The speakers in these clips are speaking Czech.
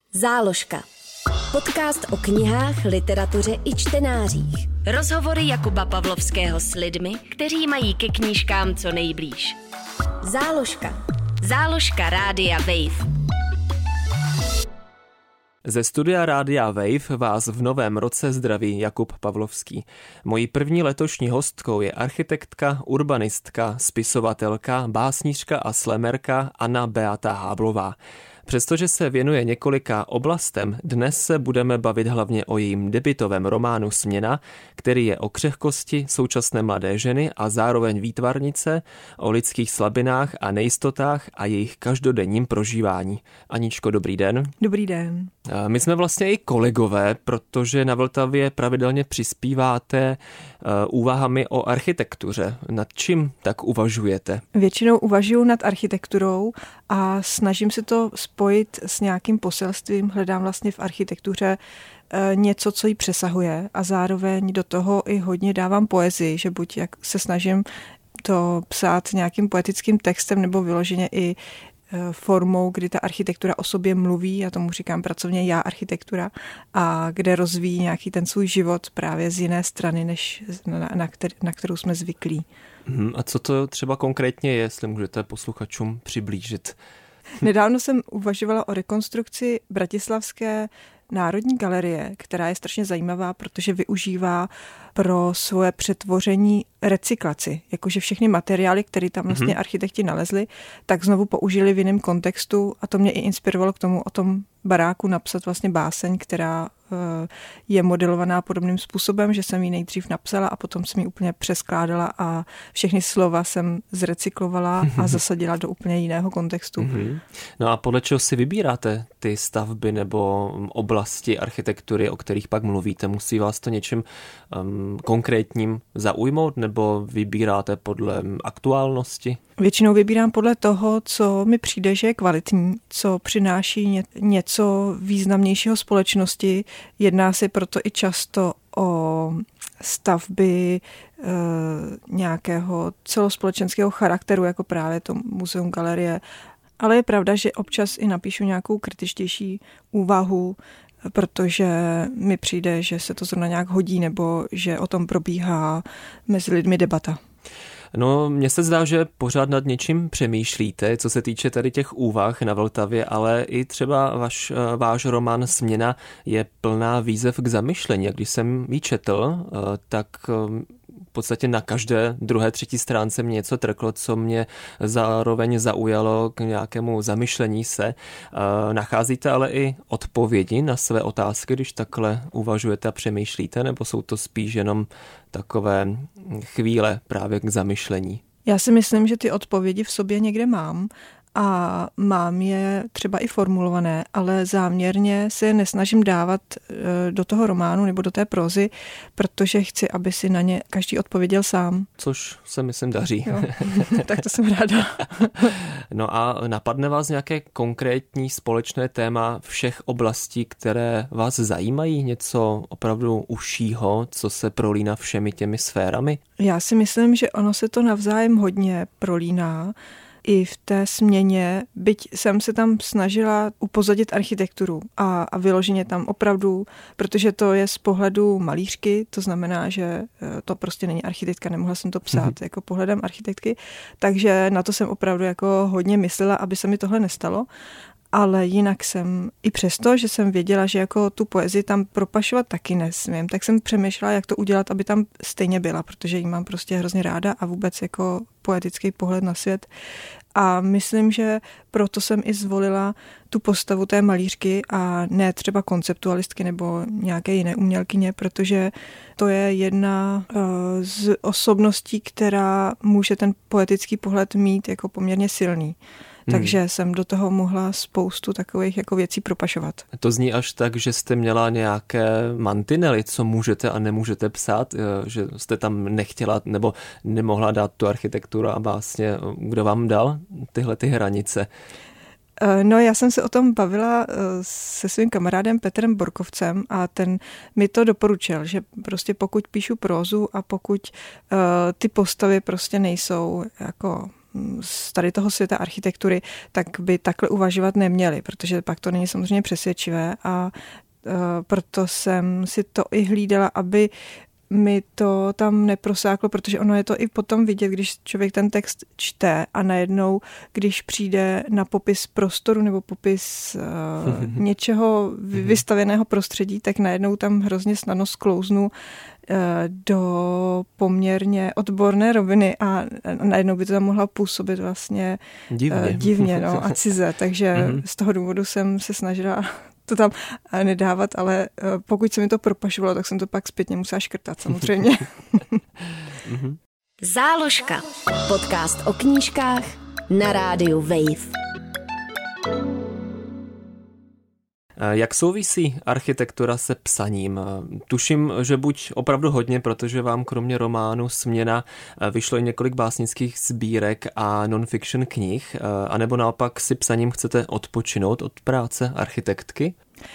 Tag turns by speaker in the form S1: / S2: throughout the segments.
S1: Záložka. Podcast o knihách, literatuře i čtenářích. Rozhovory Jakuba Pavlovského s lidmi, kteří mají ke knížkám co nejblíž. Záložka. Záložka Rádia Wave.
S2: Ze studia Rádia Wave vás v novém roce zdraví Jakub Pavlovský. Mojí první letošní hostkou je architektka, urbanistka, spisovatelka, básnířka a slemerka Anna Beata Háblová. Přestože se věnuje několika oblastem, dnes se budeme bavit hlavně o jejím debutovém románu Směna, který je o křehkosti současné mladé ženy a zároveň výtvarnice, o lidských slabinách a nejistotách a jejich každodenním prožívání. Aničko, dobrý den.
S3: Dobrý den.
S2: My jsme vlastně i kolegové, protože na Vltavě pravidelně přispíváte úvahami o architektuře. Nad čím tak uvažujete?
S3: Většinou uvažuji nad architekturou a snažím se to spojit s nějakým poselstvím. Hledám vlastně v architektuře něco, co ji přesahuje a zároveň do toho i hodně dávám poezii, že buď jak se snažím to psát nějakým poetickým textem nebo vyloženě i formou, kdy ta architektura o sobě mluví, já tomu říkám pracovně já architektura, a kde rozvíjí nějaký ten svůj život právě z jiné strany, než na kterou jsme zvyklí.
S2: A co to třeba konkrétně je, jestli můžete posluchačům přiblížit?
S3: Nedávno jsem uvažovala o rekonstrukci Bratislavské Národní galerie, která je strašně zajímavá, protože využívá pro svoje přetvoření recyklaci. Jakože všechny materiály, které tam vlastně architekti nalezli, tak znovu použili v jiném kontextu a to mě i inspirovalo k tomu o tom baráku napsat vlastně báseň, která je modelovaná podobným způsobem, že jsem ji nejdřív napsala a potom jsem ji úplně přeskládala a všechny slova jsem zrecyklovala a zasadila do úplně jiného kontextu.
S2: No a podle čeho si vybíráte ty stavby nebo oblasti architektury, o kterých pak mluvíte? Musí vás to něčím konkrétním zaujmout nebo vybíráte podle aktuálnosti?
S3: Většinou vybírám podle toho, co mi přijde, že je kvalitní, co přináší něco významnějšího společnosti. Jedná se proto i často o stavby nějakého celospolečenského charakteru, jako právě to muzeum galerie. Ale je pravda, že občas i napíšu nějakou kritičtější úvahu, protože mi přijde, že se to zrovna nějak hodí nebo že o tom probíhá mezi lidmi debata.
S2: No, mně se zdá, že pořád nad něčím přemýšlíte, co se týče tady těch úvah na Vltavě, ale i třeba váš román Směna je plná výzev k zamyšlení. A když jsem ji četl, tak v podstatě na každé druhé, třetí stránce mě něco trklo, co mě zároveň zaujalo k nějakému zamyšlení se. Nacházíte ale i odpovědi na své otázky, když takhle uvažujete a přemýšlíte, nebo jsou to spíš jenom takové chvíle právě k zamyšlení? Já
S3: si myslím, že ty odpovědi v sobě někde mám a mám je třeba i formulované, ale záměrně se je nesnažím dávat do toho románu nebo do té prózy, protože chci, aby si na ně každý odpověděl sám.
S2: Což se myslím daří.
S3: Jo, tak to jsem ráda.
S2: No a napadne vás nějaké konkrétní společné téma všech oblastí, které vás zajímají? Něco opravdu užšího, co se prolíná všemi těmi sférami? Já
S3: si myslím, že ono se to navzájem hodně prolíná. I v té Směně, byť jsem se tam snažila upozadit architekturu a vyloženě tam opravdu, protože to je z pohledu malířky, to znamená, že to prostě není architektka, nemohla jsem to psát jako pohledem architektky, takže na to jsem opravdu jako hodně myslela, aby se mi tohle nestalo. Ale jinak jsem, i přesto, že jsem věděla, že jako tu poezii tam propašovat taky nesmím, tak jsem přemýšlela, jak to udělat, aby tam stejně byla, protože ji mám prostě hrozně ráda a vůbec jako poetický pohled na svět. A myslím, že proto jsem i zvolila tu postavu té malířky a ne třeba konceptualistky nebo nějaké jiné umělkyně, protože to je jedna z osobností, která může ten poetický pohled mít jako poměrně silný. Takže jsem do toho mohla spoustu takových jako věcí propašovat.
S2: To zní až tak, že jste měla nějaké mantinely, co můžete a nemůžete psát, že jste tam nechtěla nebo nemohla dát tu architekturu a vlastně kdo vám dal tyhle ty hranice?
S3: No, já jsem se o tom bavila se svým kamarádem Petrem Borkovcem a ten mi to doporučil, že prostě pokud píšu prózu a pokud ty postavy prostě nejsou jako z tady toho světa architektury, tak by takhle uvažovat neměli, protože pak to není samozřejmě přesvědčivé a proto jsem si to i hlídala, aby mi to tam neprosáklo, protože ono je to i potom vidět, když člověk ten text čte a najednou, když přijde na popis prostoru nebo popis něčeho vystavěného prostředí, tak najednou tam hrozně snadno sklouznu do poměrně odborné roviny a najednou by to tam mohla působit vlastně divně a cize. Takže z toho důvodu jsem se snažila to tam nedávat, ale pokud se mi to propašovalo, tak jsem to pak zpětně musela škrtat samozřejmě.
S1: Záložka. Podcast o knížkách na rádiu Wave.
S2: Jak souvisí architektura se psaním? Tuším, že buď opravdu hodně, protože vám kromě románu Směna vyšlo i několik básnických sbírek a non-fiction knih, anebo naopak si psaním chcete odpočinout od práce architektky?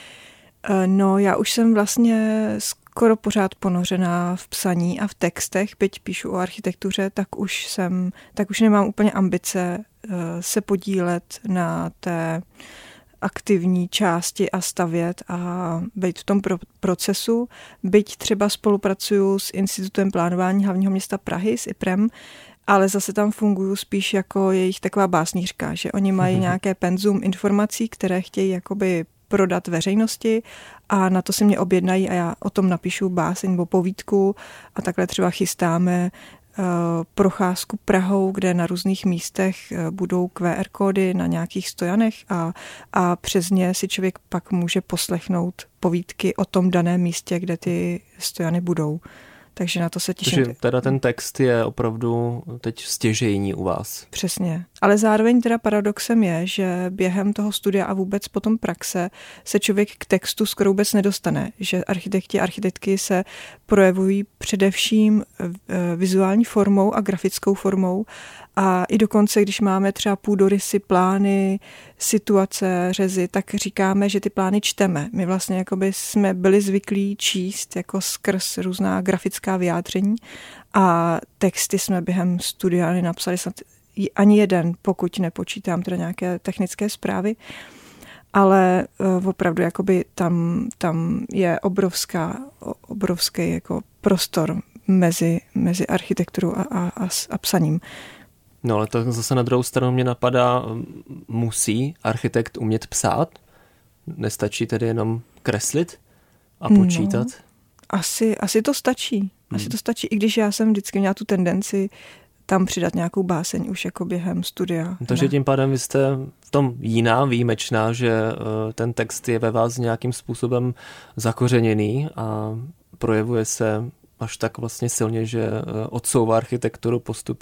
S3: No, já už jsem vlastně skoro pořád ponořená v psaní a v textech, byť píšu o architektuře, tak už nemám úplně ambice se podílet na té aktivní části a stavět a být v tom procesu. Byť třeba spolupracuju s Institutem plánování hlavního města Prahy, s IPRem, ale zase tam funguju spíš jako jejich taková básnířka, že oni mají nějaké penzum informací, které chtějí jakoby prodat veřejnosti a na to si mě objednají a já o tom napíšu báseň nebo povídku a takhle třeba chystáme procházku Prahou, kde na různých místech budou QR kódy na nějakých stojanech a přes ně si člověk pak může poslechnout povídky o tom daném místě, kde ty stojany budou. Takže na to se těším.
S2: Takže teda ten text je opravdu teď stěžejní u vás.
S3: Přesně. Ale zároveň teda paradoxem je, že během toho studia a vůbec potom praxe se člověk k textu skoro vůbec nedostane. Že architekti a architektky se projevují především vizuální formou a grafickou formou a i dokonce, když máme třeba půdorysy, plány, situace, řezy, tak říkáme, že ty plány čteme. My vlastně jakoby jsme byli zvyklí číst jako skrz různá grafická vyjádření a texty jsme během studia nenapsali snad ani jeden, pokud nepočítám teda nějaké technické zprávy, ale opravdu jakoby tam je obrovský jako prostor mezi architekturou a psaním.
S2: No ale to zase na druhou stranu mě napadá, musí architekt umět psát? Nestačí tedy jenom kreslit a počítat?
S3: No, asi to stačí. Asi to stačí, i když já jsem vždycky měla tu tendenci tam přidat nějakou báseň už jako během studia.
S2: Takže tím pádem vy jste v tom jiná, výjimečná, že ten text je ve vás nějakým způsobem zakořeněný a projevuje se až tak vlastně silně, že odsouvá architekturu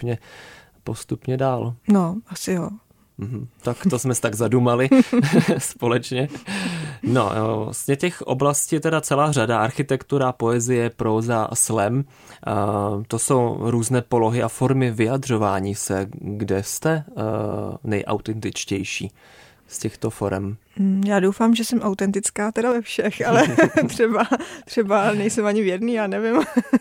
S2: postupně dál.
S3: No, asi jo.
S2: Tak to jsme se tak zadumali společně. No, vlastně těch oblastí je teda celá řada. Architektura, poezie, próza a slam. To jsou různé polohy a formy vyjadřování se. Kde jste nejautentičtější z těchto forem?
S3: Já doufám, že jsem autentická teda ve všech, ale třeba nejsem ani v jedný, já nevím.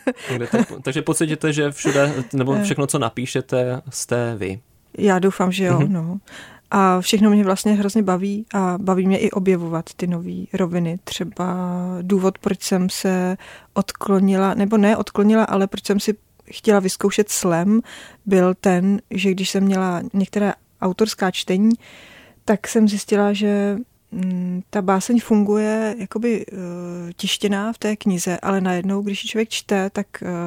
S2: Takže pocítíte, že všude, nebo všechno, co napíšete, jste vy.
S3: Já doufám, že jo, no. A všechno mě vlastně hrozně baví a baví mě i objevovat ty nové roviny. Třeba důvod, proč jsem se odklonila, nebo ne odklonila, ale proč jsem si chtěla vyzkoušet slam, byl ten, že když jsem měla některé autorská čtení, tak jsem zjistila, že ta báseň funguje jakoby tištěná v té knize, ale najednou, když ji člověk čte, tak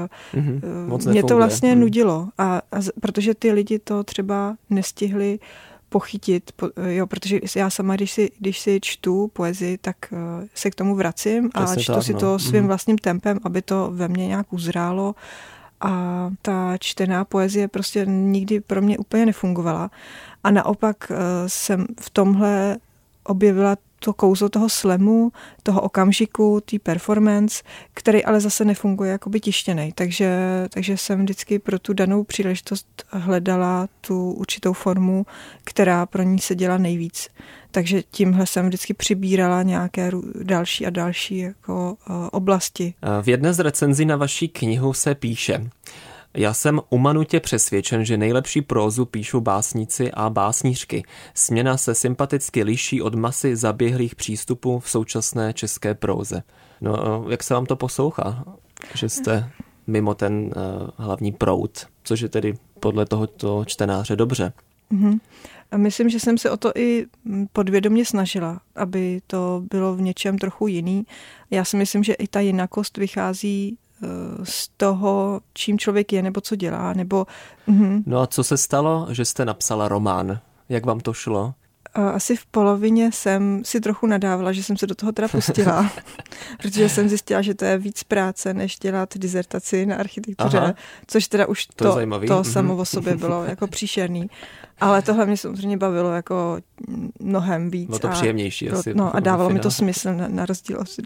S3: mě to vlastně nudilo. A protože ty lidi to třeba nestihli pochytit, protože já sama, když si čtu poezii, tak se k tomu vracím a čtu si to svým vlastním tempem, aby to ve mně nějak uzrálo. A ta čtená poezie prostě nikdy pro mě úplně nefungovala. A naopak jsem v tomhle objevila to kouzlo toho slamu, toho okamžiku, té performance, který ale zase nefunguje jakoby tištěnej. Takže jsem vždycky pro tu danou příležitost hledala tu určitou formu, která pro ní seděla nejvíc. Takže tímhle jsem vždycky přibírala nějaké další a další jako oblasti.
S2: V jedné z recenzí na vaší knihu se píše: Já jsem umanutě přesvědčen, že nejlepší prózu píšou básníci a básnířky. Směna se sympaticky liší od masy zaběhlých přístupů v současné české próze. No, jak se vám to poslouchá, že jste mimo ten hlavní proud, což je tedy podle tohoto čtenáře dobře?
S3: A myslím, že jsem se o to i podvědomě snažila, aby to bylo v něčem trochu jiný. Já si myslím, že i ta jinakost vychází z toho, čím člověk je, nebo co dělá, nebo...
S2: No a co se stalo, že jste napsala román? Jak vám to šlo?
S3: Asi v polovině jsem si trochu nadávala, že jsem se do toho teda pustila, protože jsem zjistila, že to je víc práce, než dělat dizertaci na architektuře,
S2: Aha.
S3: Což teda už to samo o sobě bylo jako příšerný. Ale tohle mě samozřejmě bavilo jako mnohem víc.
S2: Bylo to příjemnější asi.
S3: No a dávalo mi to smysl na rozdíl od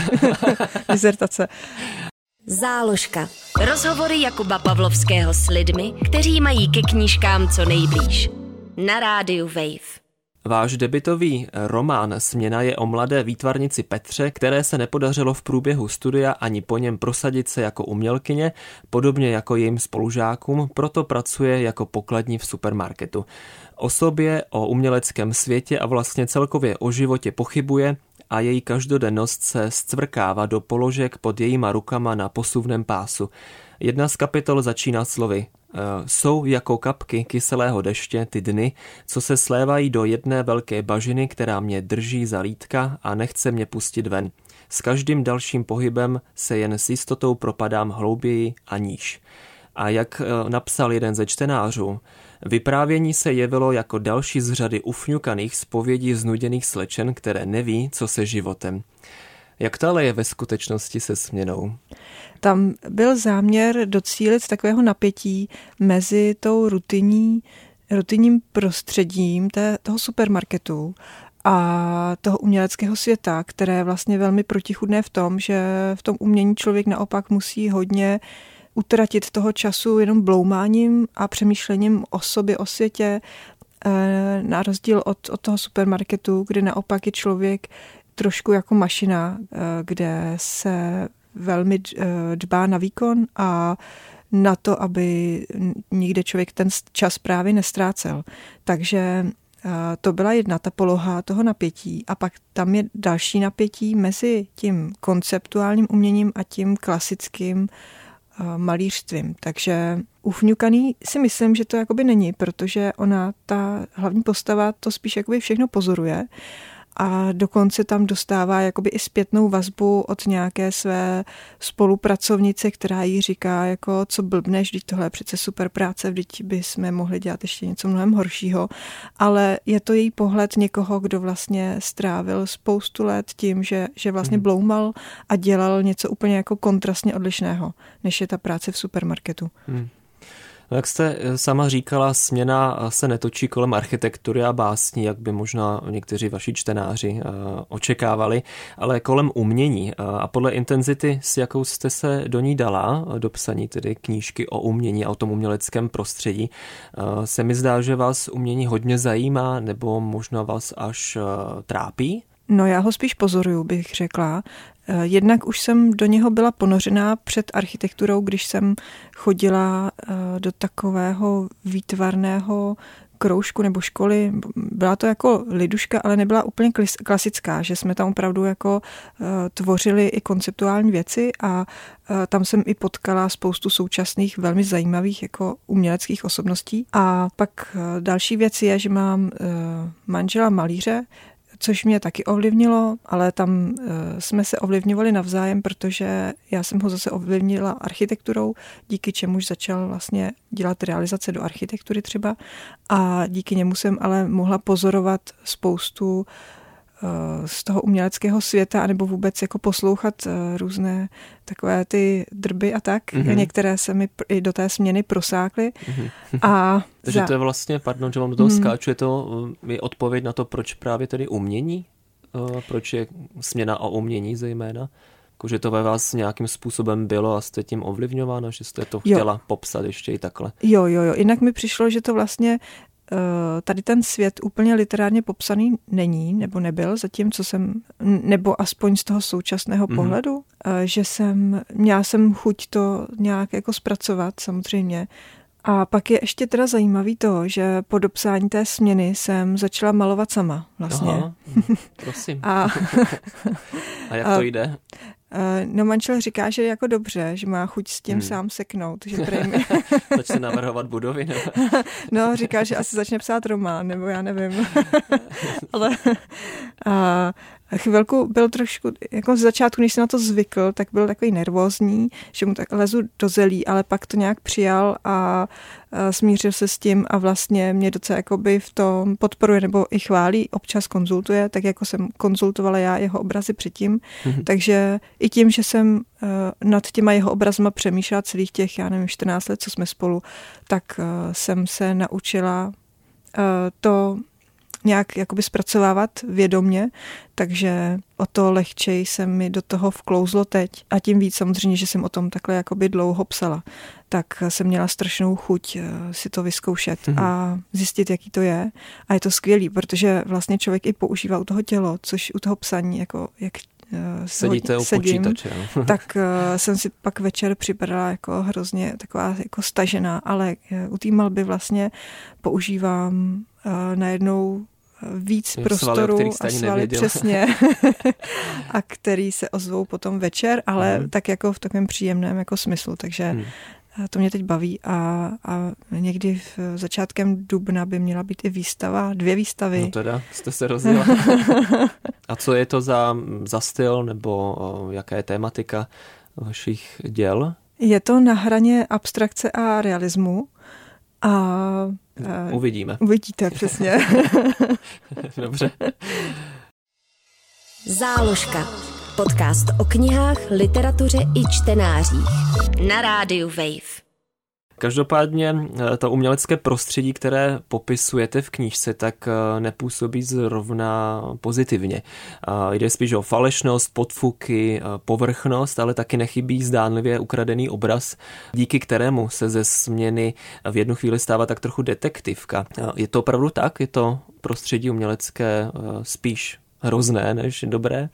S3: dizertace.
S1: Záložka. Rozhovory Jakuba Pavlovského s lidmi, kteří mají ke knížkám co nejblíž. Na rádiu Wave.
S2: Váš debutový román Směna je o mladé výtvarnici Petře, které se nepodařilo v průběhu studia ani po něm prosadit se jako umělkyně, podobně jako jejím spolužákům, proto pracuje jako pokladní v supermarketu. O sobě, o uměleckém světě a vlastně celkově o životě pochybuje a její každodennost se zcvrkává do položek pod jejíma rukama na posuvném pásu. Jedna z kapitol začíná slovy: jsou jako kapky kyselého deště ty dny, co se slévají do jedné velké bažiny, která mě drží za lítka a nechce mě pustit ven. S každým dalším pohybem se jen s jistotou propadám hlouběji a níž. A jak napsal jeden ze čtenářů, vyprávění se jevilo jako další z řady ufňukaných zpovědí znuděných slečen, které neví, co se životem. Jak to ale je ve skutečnosti se Směnou?
S3: Tam byl záměr docílit takového napětí mezi tou rutinním prostředím toho supermarketu a toho uměleckého světa, které je vlastně velmi protichůdné v tom, že v tom umění člověk naopak musí hodně utratit toho času jenom bloumáním a přemýšlením o sobě, o světě, na rozdíl od toho supermarketu, kde naopak je člověk trošku jako mašina, kde se velmi dbá na výkon a na to, aby nikde člověk ten čas právě nestrácel. Takže to byla jedna ta poloha toho napětí a pak tam je další napětí mezi tím konceptuálním uměním a tím klasickým malířstvím. Takže ufňukaný si myslím, že to jakoby není, protože ona, ta hlavní postava, to spíš jakoby všechno pozoruje a dokonce tam dostává jakoby i zpětnou vazbu od nějaké své spolupracovnice, která jí říká, jako co blbneš, vždyť tohle je přece super práce, vždyť bychom mohli dělat ještě něco mnohem horšího, ale je to její pohled někoho, kdo vlastně strávil spoustu let tím, že vlastně bloumal a dělal něco úplně jako kontrastně odlišného, než je ta práce v supermarketu.
S2: No, jak jste sama říkala, Směna se netočí kolem architektury a básní, jak by možná někteří vaši čtenáři očekávali, ale kolem umění. A podle intenzity, s jakou jste se do ní dala, do psaní tedy knížky o umění a o tom uměleckém prostředí, se mi zdá, že vás umění hodně zajímá, nebo možná vás až trápí?
S3: No já ho spíš pozoruju, bych řekla. Jednak už jsem do něho byla ponořená před architekturou, když jsem chodila do takového výtvarného kroužku nebo školy. Byla to jako liduška, ale nebyla úplně klasická, že jsme tam opravdu jako tvořili i konceptuální věci a tam jsem i potkala spoustu současných velmi zajímavých jako uměleckých osobností. A pak další věc je, že mám manžela malíře, což mě taky ovlivnilo, ale tam jsme se ovlivňovali navzájem, protože já jsem ho zase ovlivnila architekturou, díky čemuž začal vlastně dělat realizace do architektury třeba a díky němu jsem ale mohla pozorovat spoustu z toho uměleckého světa, anebo vůbec jako poslouchat různé takové ty drby a tak. Některé se mi i do té Směny prosákly.
S2: Takže to je vlastně, pardon, že vám do toho skáču, je to odpověď na to, proč právě tedy umění? Proč je Směna o umění zejména? Že to ve vás nějakým způsobem bylo a jste tím ovlivňována, že jste to chtěla popsat ještě i takhle?
S3: Jo. Jinak mi přišlo, že to vlastně tady ten svět úplně literárně popsaný není, nebo nebyl, zatím, co jsem, nebo aspoň z toho současného pohledu, že měla jsem chuť to nějak jako zpracovat samozřejmě. A pak je ještě teda zajímavý to, že po dopsání té směny jsem začala malovat sama vlastně.
S2: Aha, prosím.
S3: A
S2: jak to jde?
S3: No manžel říká, že jako dobře, že má chuť s tím sám seknout. Že
S2: Začne navrhovat budovy, nebo?
S3: No, říká, že asi začne psát román, nebo já nevím. Ale chvilku byl trošku, jako z začátku, než jsem na to zvykl, tak byl takový nervózní, že mu tak lezu do zelí, ale pak to nějak přijal a smířil se s tím a vlastně mě docela jakoby v tom podporuje nebo i chválí, občas konzultuje, tak jako jsem konzultovala já jeho obrazy předtím, takže i tím, že jsem nad těma jeho obrazma přemýšlela celých těch, já nevím, 14 let, co jsme spolu, tak jsem se naučila to nějak jakoby zpracovávat vědomně, takže o to lehčej se mi do toho vklouzlo teď. A tím víc samozřejmě, že jsem o tom takhle jakoby dlouho psala, tak jsem měla strašnou chuť si to vyzkoušet a zjistit, jaký to je. A je to skvělý, protože vlastně člověk i používá u toho tělo, což u toho psaní, jako jak
S2: sedíte u počítače.
S3: Tak jsem si pak večer připadala jako hrozně taková jako stažená, ale u té malby vlastně používám najednou víc prostoru a svaly přesně a který se ozvou potom večer, ale tak jako v takovém příjemném jako smyslu, takže to mě teď baví a někdy v začátkem dubna by měla být i výstava, 2 výstavy.
S2: No teda, jste se rozjela. A co je to za styl nebo jaká je tématika vašich děl?
S3: Je to na hraně abstrakce a realismu. A
S2: uvidíme.
S3: Uvidíte, přesně.
S2: Dobře.
S1: Záložka. Podcast o knihách, literatuře i čtenářích. Na rádiu Wave.
S2: Každopádně to umělecké prostředí, které popisujete v knížce, tak nepůsobí zrovna pozitivně. Jde spíš o falešnost, podfuky, povrchnost, ale taky nechybí zdánlivě ukradený obraz, díky kterému se ze směny v jednu chvíli stává tak trochu detektivka. Je to opravdu tak? Je to prostředí umělecké spíš hrozné než dobré?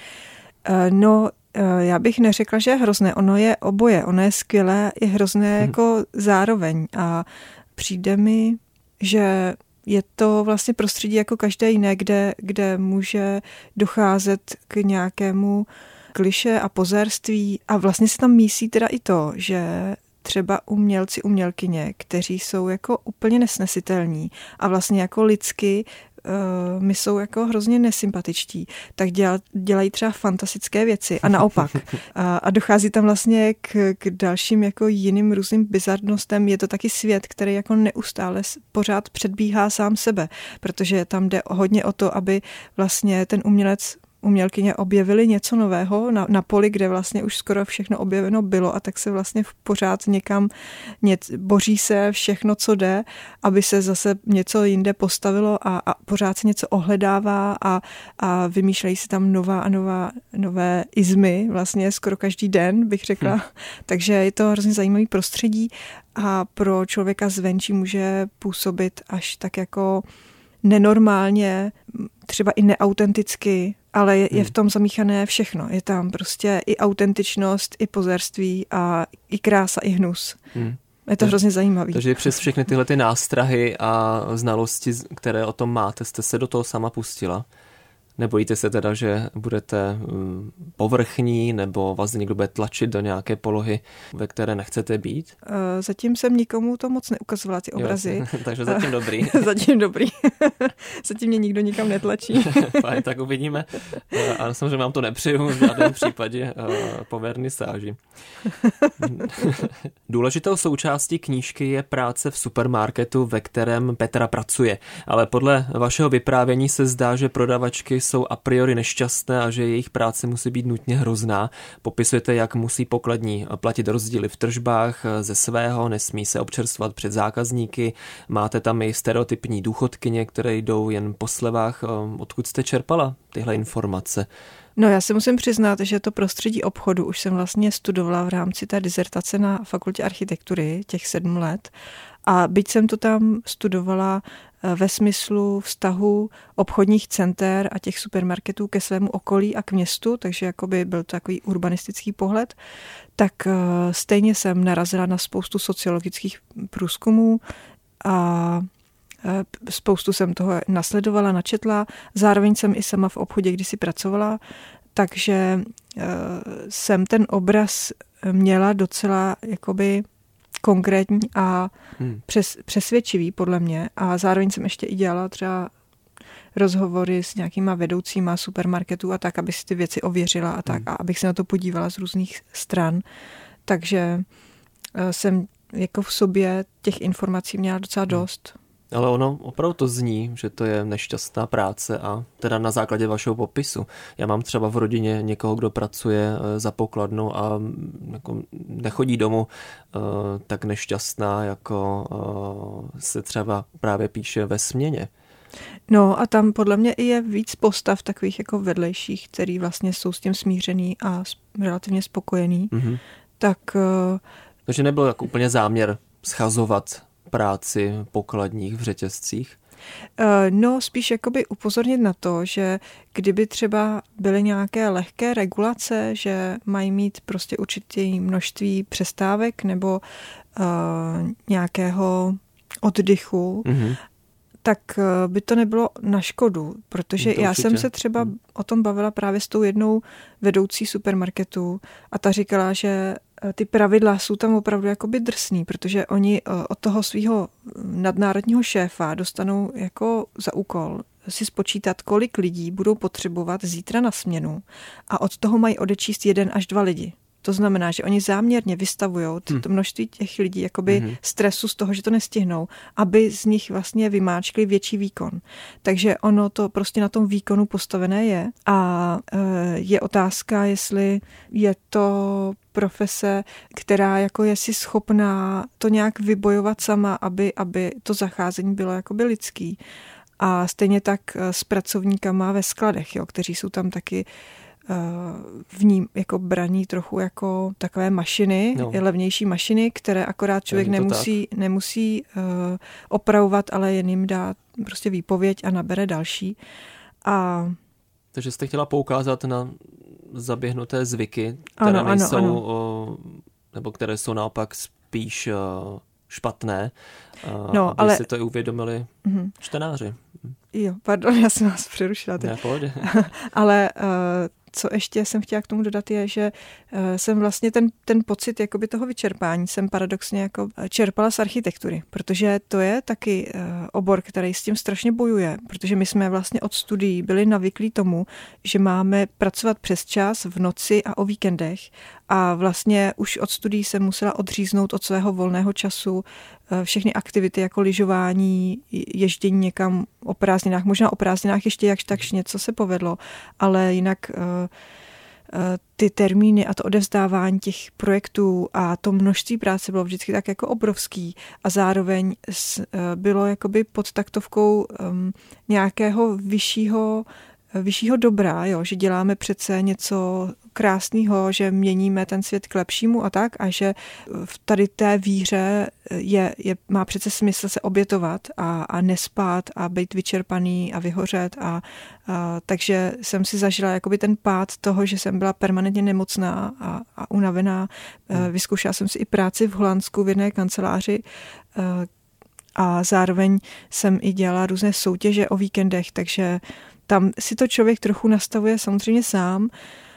S3: No, já bych neřekla, že je hrozné. Ono je oboje. Ono je skvělé i hrozné jako zároveň. A přijde mi, že je to vlastně prostředí jako každé jiné, kde může docházet k nějakému kliše a pozérství. A vlastně se tam mísí teda i to, že třeba umělci, umělkyně, kteří jsou jako úplně nesnesitelní a vlastně jako lidsky my jsou jako hrozně nesympatičtí, tak dělají třeba fantastické věci a naopak. A dochází tam vlastně k dalším jako jiným různým bizarnostem. Je to taky svět, který jako neustále pořád předbíhá sám sebe, protože tam jde hodně o to, aby vlastně ten umělkyně objevili něco nového na poli, kde vlastně už skoro všechno objeveno bylo a tak se vlastně pořád někam boří se všechno, co jde, aby se zase něco jinde postavilo a pořád se něco ohledává a vymýšlejí se tam nové izmy vlastně skoro každý den, bych řekla. Takže je to hrozně zajímavý prostředí a pro člověka zvenčí může působit až tak jako nenormálně, třeba i neautenticky, ale je v tom zamíchané všechno. Je tam prostě i autentičnost, i pozerství a i krása, i hnus. Je to hrozně zajímavý.
S2: Takže přes všechny tyhle ty nástrahy a znalosti, které o tom máte, jste se do toho sama pustila? Nebojíte se teda, že budete povrchní nebo vás někdo bude tlačit do nějaké polohy, ve které nechcete být?
S3: Zatím jsem nikomu to moc neukazovala, ty obrazy.
S2: Jo, takže zatím dobrý.
S3: Zatím dobrý. Zatím mě nikdo nikam netlačí.
S2: Fajn, tak uvidíme. A samozřejmě vám to nepřeju v žádném případě po vernisáži. Důležitou součástí knížky je práce v supermarketu, ve kterém Petra pracuje. Ale podle vašeho vyprávění se zdá, že prodavačky jsou a priori nešťastné a že jejich práce musí být nutně hrozná. Popisujete, jak musí pokladní platit rozdíly v tržbách ze svého, nesmí se občerstvovat před zákazníky, máte tam i stereotypní důchodkyně, které jdou jen po slevách. Odkud jste čerpala tyhle informace?
S3: No, já se musím přiznat, že to prostředí obchodu už jsem vlastně studovala v rámci té dizertace na fakultě architektury těch 7 let A byť jsem to tam studovala ve smyslu vztahu obchodních center a těch supermarketů ke svému okolí a k městu, takže jakoby byl to takový urbanistický pohled, tak stejně jsem narazila na spoustu sociologických průzkumů a spoustu jsem toho nasledovala, načetla. Zároveň jsem i sama v obchodě kdysi pracovala, takže jsem ten obraz měla docela jakoby konkrétní a přesvědčivý podle mě. A zároveň jsem ještě i dělala třeba rozhovory s nějakýma vedoucíma supermarketů a tak, aby si ty věci ověřila a tak, a abych se na to podívala z různých stran. Takže jsem jako v sobě těch informací měla docela dost.
S2: Ale ono opravdu to zní, že to je nešťastná práce a teda na základě vašeho popisu. Já mám třeba v rodině někoho, kdo pracuje za pokladnu a jako nechodí domů tak nešťastná, jako se třeba právě píše ve směně.
S3: No a tam podle mě i je víc postav takových jako vedlejších, který vlastně jsou s tím smířený a relativně spokojený. Mm-hmm.
S2: Takže nebyl jako úplně záměr schazovat práci pokladních v řetězcích?
S3: No, spíš jakoby upozornit na to, že kdyby třeba byly nějaké lehké regulace, že mají mít prostě určitě množství přestávek nebo nějakého oddychu, tak by to nebylo na škodu, protože já jsem se třeba o tom bavila právě s tou jednou vedoucí supermarketu a ta říkala, že ty pravidla jsou tam opravdu jakoby drsný, protože oni od toho svého nadnárodního šéfa dostanou jako za úkol si spočítat, kolik lidí budou potřebovat zítra na směnu a od toho mají odečíst 1 až 2 lidi. To znamená, že oni záměrně vystavují to množství těch lidí jakoby stresu z toho, že to nestihnou, aby z nich vlastně vymáčkli větší výkon. Takže ono to prostě na tom výkonu postavené je a je otázka, jestli je to profese, která jako je si schopná to nějak vybojovat sama, aby to zacházení bylo jakoby lidský. A stejně tak s pracovníkama ve skladech, jo, kteří jsou tam taky v ní jako braní trochu jako takové mašiny, levnější mašiny, které akorát člověk nemusí opravovat, ale jen jim dá prostě výpověď a nabere další.
S2: Takže jste chtěla poukázat na zaběhnuté zvyky, které nejsou, nebo které jsou naopak spíš špatné, aby si to i uvědomili čtenáři.
S3: Jo, pardon, já jsem vás přerušila.
S2: Ne, pohodě.
S3: Ale co ještě jsem chtěla k tomu dodat je, že jsem vlastně ten pocit jakoby toho vyčerpání jsem paradoxně jako čerpala z architektury, protože to je taky obor, který s tím strašně bojuje, protože my jsme vlastně od studií byli navyklí tomu, že máme pracovat přes čas v noci a o víkendech a vlastně už od studií jsem musela odříznout od svého volného času všechny aktivity jako lyžování, ježdění někam o prázdninách. Možná o prázdninách ještě jakž takž něco se povedlo, ale jinak ty termíny a to odevzdávání těch projektů a to množství práce bylo vždycky tak jako obrovský a zároveň bylo jakoby pod taktovkou nějakého vyššího dobra, jo, že děláme přece něco krásného, že měníme ten svět k lepšímu a tak a že v tady té víře má přece smysl se obětovat a nespát a být vyčerpaný a vyhořet a takže jsem si zažila jakoby ten pád toho, že jsem byla permanentně nemocná a unavená. Vyzkoušela jsem si i práci v Holandsku v jedné kanceláři a zároveň jsem i dělala různé soutěže o víkendech, takže tam si to člověk trochu nastavuje samozřejmě sám,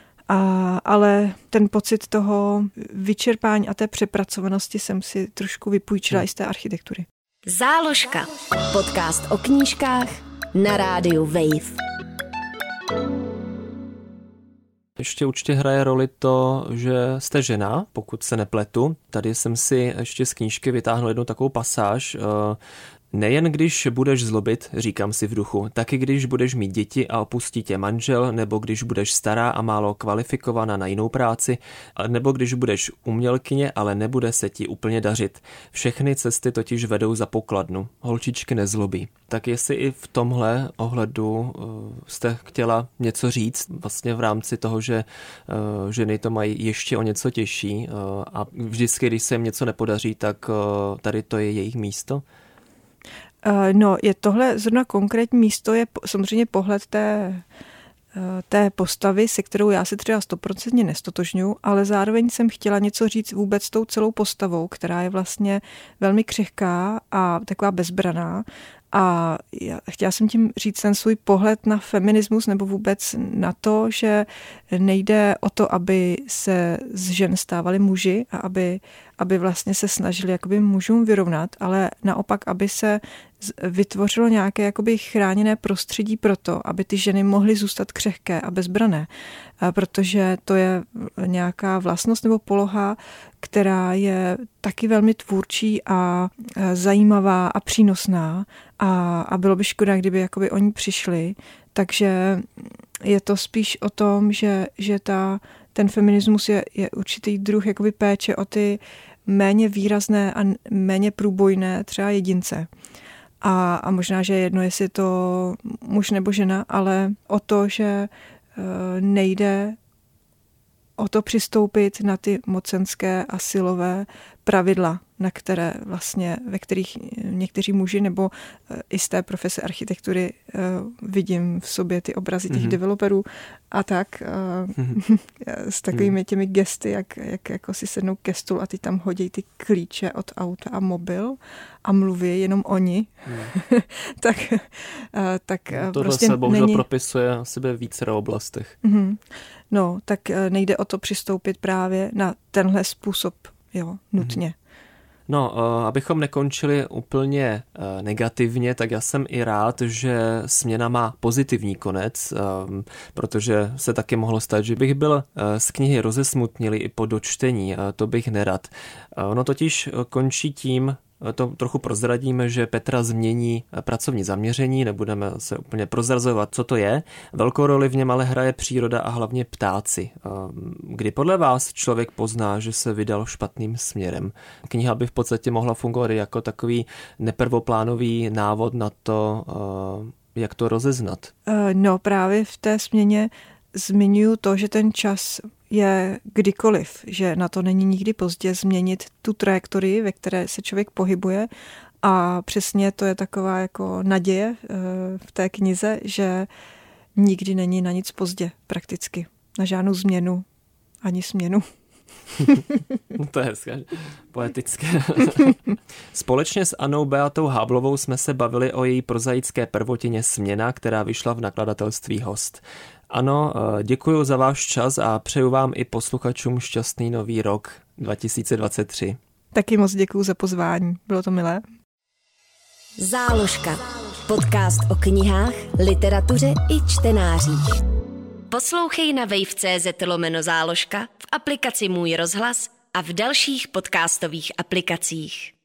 S3: ale ten pocit toho vyčerpání a té přepracovanosti jsem si trošku vypůjčila i z té architektury.
S1: Záložka. Podcast o knížkách na rádiu Wave.
S2: Ještě určitě hraje roli to, že jste žena, pokud se nepletu. Tady jsem si ještě z knížky vytáhl jednu takovou pasáž. Nejen když budeš zlobit, říkám si v duchu, taky když budeš mít děti a opustí tě manžel, nebo když budeš stará a málo kvalifikovaná na jinou práci, nebo když budeš umělkyně, ale nebude se ti úplně dařit. Všechny cesty totiž vedou za pokladnu. Holčičky nezlobí. Tak jestli i v tomhle ohledu jste chtěla něco říct, vlastně v rámci toho, že ženy to mají ještě o něco těžší a vždycky, když se jim něco nepodaří, tak tady to je jejich místo?
S3: No, je tohle zrovna konkrétní místo, je samozřejmě pohled té postavy, se kterou já se třeba 100% nestotožňuju, ale zároveň jsem chtěla něco říct vůbec tou celou postavou, která je vlastně velmi křehká a taková bezbraná. A chtěla jsem tím říct ten svůj pohled na feminismus nebo vůbec na to, že nejde o to, aby se z žen stávali muži a aby vlastně se snažili jakoby mužům vyrovnat, ale naopak, aby se vytvořilo nějaké jakoby chráněné prostředí pro to, aby ty ženy mohly zůstat křehké a bezbrané, protože to je nějaká vlastnost nebo poloha, která je taky velmi tvůrčí a zajímavá a přínosná a bylo by škoda, kdyby jakoby oni přišli, takže je to spíš o tom, že ten feminismus je určitý druh jakoby péče o ty méně výrazné a méně průbojné třeba jedince. A možná, že je jedno, jestli je to muž nebo žena, ale o to, že nejde o to přistoupit na ty mocenské a silové pravidla, ve kterých někteří muži nebo i z té profese architektury vidím v sobě ty obrazy těch developerů a tak s takovými těmi gesty, jak jako si sednou ke stolu a ty tam hodí ty klíče od auta a mobil a mluví jenom oni. tak
S2: tohle
S3: prostě
S2: se bohužel propisuje asi ve více oblastech.
S3: No, tak nejde o to přistoupit právě na tenhle způsob, nutně.
S2: No, abychom nekončili úplně negativně, tak já jsem i rád, že směna má pozitivní konec, protože se taky mohlo stát, že bych byl z knihy rozesmutnilý i po dočtení, to bych nerad. Ono totiž končí tím, to trochu prozradíme, že Petra změní pracovní zaměření, nebudeme se úplně prozrazovat, co to je. Velkou roli v něm ale hraje příroda a hlavně ptáci. Kdy podle vás člověk pozná, že se vydal špatným směrem? Kniha by v podstatě mohla fungovat jako takový neprvoplánový návod na to, jak to rozeznat.
S3: No právě v té směně zmiňuji to, že ten čas je kdykoliv, že na to není nikdy pozdě změnit tu trajektorii, ve které se člověk pohybuje a přesně to je taková jako naděje v té knize, že nikdy není na nic pozdě prakticky, na žádnou změnu ani směnu.
S2: To je hezké, poetické. Společně s Annou Beatou Háblovou jsme se bavili o její prozaické prvotině Směna, která vyšla v nakladatelství Host. Ano, děkuji za váš čas a přeju vám i posluchačům šťastný nový rok 2023.
S3: Taky moc děkuji za pozvání, bylo to milé.
S1: Záložka. Podcast o knihách, literatuře i čtenářích. Poslouchej na wave.cz/záložka, v aplikaci Můj rozhlas a v dalších podcastových aplikacích.